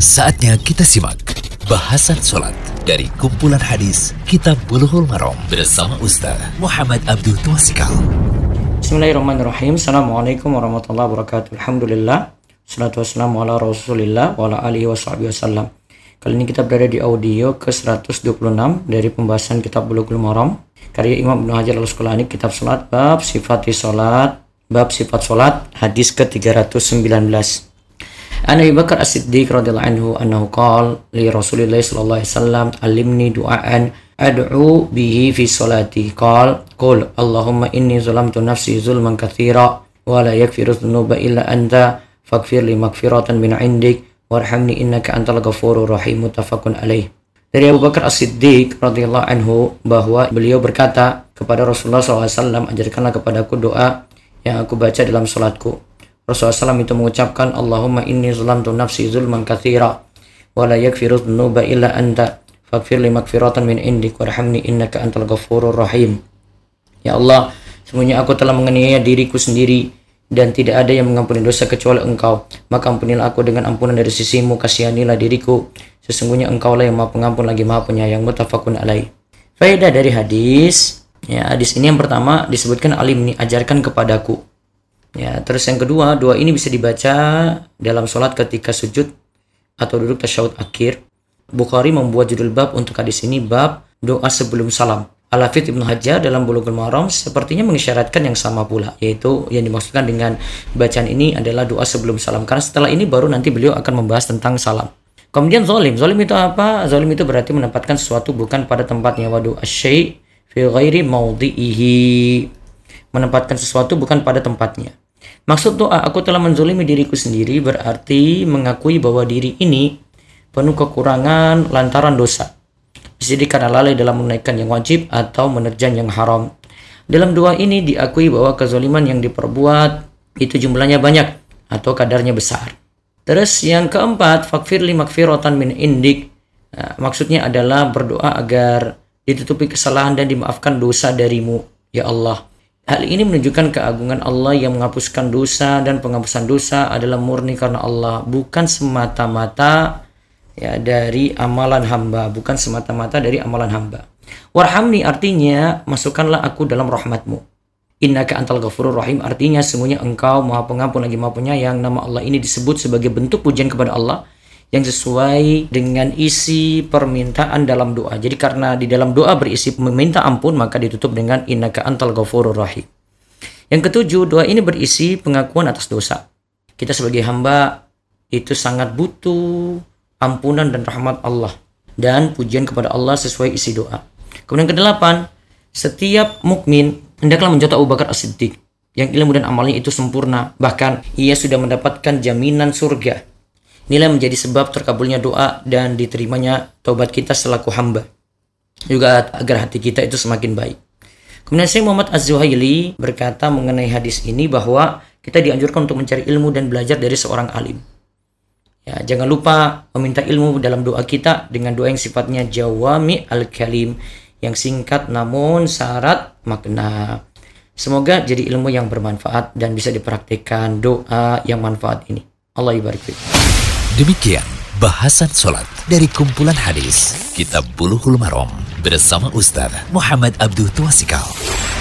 Saatnya kita simak bahasan sholat dari kumpulan hadis Kitab Bulughul Maram bersama Ustaz Muhammad Abdul Twasikal. Bismillahirrahmanirrahim. Assalamualaikum warahmatullahi wabarakatuh. Alhamdulillah, salatu wassalamu ala rasulillah wa ala alihi wa sahbihi wasallam. Kali ini kita berada di audio ke-126 dari pembahasan Kitab Bulughul Maram karya Imam Ibnu Hajar al-Asqalani, Kitab Salat, Bab Sifat Salat, hadis ke-319. An Abi Bakar As-Siddiq radhiyallahu anhu annahu qala li Rasulillah sallallahu alaihi wasallam alimni du'aan ad'u bihi fi salati qala qul Allahumma inni zalamtu nafsi zulman katsira wa la yaghfiru dhunuba illa anta faghfir li maghfiratan min 'indik warhamni innaka antal ghafurur rahim. Muttafaqun alaih. Dari Abu Bakar As-Siddiq radhiyallahu anhu bahwa beliau berkata kepada Rasulullah SAW, ajarkanlah kepadaku doa yang aku baca dalam salatku. Rasulullah SAW itu mengucapkan, Allahumma inni zalamtu nafsi zulman katsira wa la yaghfiru dhunuba illa anta faghfir li maghfiratan min indik warhamni innaka antal ghafurur rahim. Ya Allah, sesungguhnya aku telah menganiaya diriku sendiri dan tidak ada yang mengampuni dosa kecuali Engkau. Maka ampunilah aku dengan ampunan dari sisimu, kasihanilah diriku. Sesungguhnya Engkaulah yang Maha Pengampun lagi Maha Penyayang. Muttafaqun alaih. Faedah dari hadis. Ya, hadis ini yang pertama disebutkan alimni, ajarkan kepadaku. Ya, terus yang kedua, doa ini bisa dibaca dalam sholat ketika sujud atau duduk tasyahud akhir. Bukhari membuat judul bab untuk hadis ini, bab doa sebelum salam. Al-Hafidz Ibnu Hajar dalam Bulughul Maram sepertinya mengisyaratkan yang sama pula, yaitu yang dimaksudkan dengan bacaan ini adalah doa sebelum salam. Karena setelah ini baru nanti beliau akan membahas tentang salam. Kemudian zalim itu apa? Zalim itu berarti menempatkan sesuatu bukan pada tempatnya. Wadu asy-syai' fi ghairi maudhi'ihi. Menempatkan sesuatu bukan pada tempatnya. Maksud doa aku telah menzalimi diriku sendiri berarti mengakui bahwa diri ini penuh kekurangan lantaran dosa. Bisa jadi karena lalai dalam menunaikan yang wajib atau menerjang yang haram. Dalam doa ini diakui bahwa kezaliman yang diperbuat itu jumlahnya banyak atau kadarnya besar. Terus yang keempat, faghfir li maghfiratan min indik. Maksudnya adalah berdoa agar ditutupi kesalahan dan dimaafkan dosa darimu, ya Allah. Hal ini menunjukkan keagungan Allah yang menghapuskan dosa, dan penghapusan dosa adalah murni karena Allah, bukan semata-mata dari amalan hamba, Warhamni artinya masukkanlah aku dalam rahmatmu. Innaka antal ghafurur rahim artinya sesungguhnya Engkau Maha Pengampun lagi Maha Penyayang. Nama Allah ini disebut sebagai bentuk pujian kepada Allah yang sesuai dengan isi permintaan dalam doa. Jadi karena di dalam doa berisi meminta ampun, maka ditutup dengan innaka antal ghafurur rahim. Yang ketujuh, doa ini berisi pengakuan atas dosa. Kita sebagai hamba itu sangat butuh ampunan dan rahmat Allah dan pujian kepada Allah sesuai isi doa. Kemudian kedelapan, setiap mukmin hendaklah mencontoh Abu Bakar As-Siddiq yang ilmu dan amalnya itu sempurna, bahkan ia sudah mendapatkan jaminan surga. Inilah menjadi sebab terkabulnya doa dan diterimanya taubat kita selaku hamba, juga agar hati kita itu semakin baik. Kemudian Syekh Muhammad Az-Zuhaili berkata mengenai hadis ini bahwa kita dianjurkan untuk mencari ilmu dan belajar dari seorang alim. Ya, jangan lupa meminta ilmu dalam doa kita dengan doa yang sifatnya jawami al-kalim, yang singkat namun syarat makna. Semoga jadi ilmu yang bermanfaat dan bisa dipraktikkan doa yang manfaat ini. Allah ibarik fiik. Demikian bahasan sholat dari kumpulan hadis Kitab Bulughul Maram bersama Ustaz Muhammad Abdul Twasikal.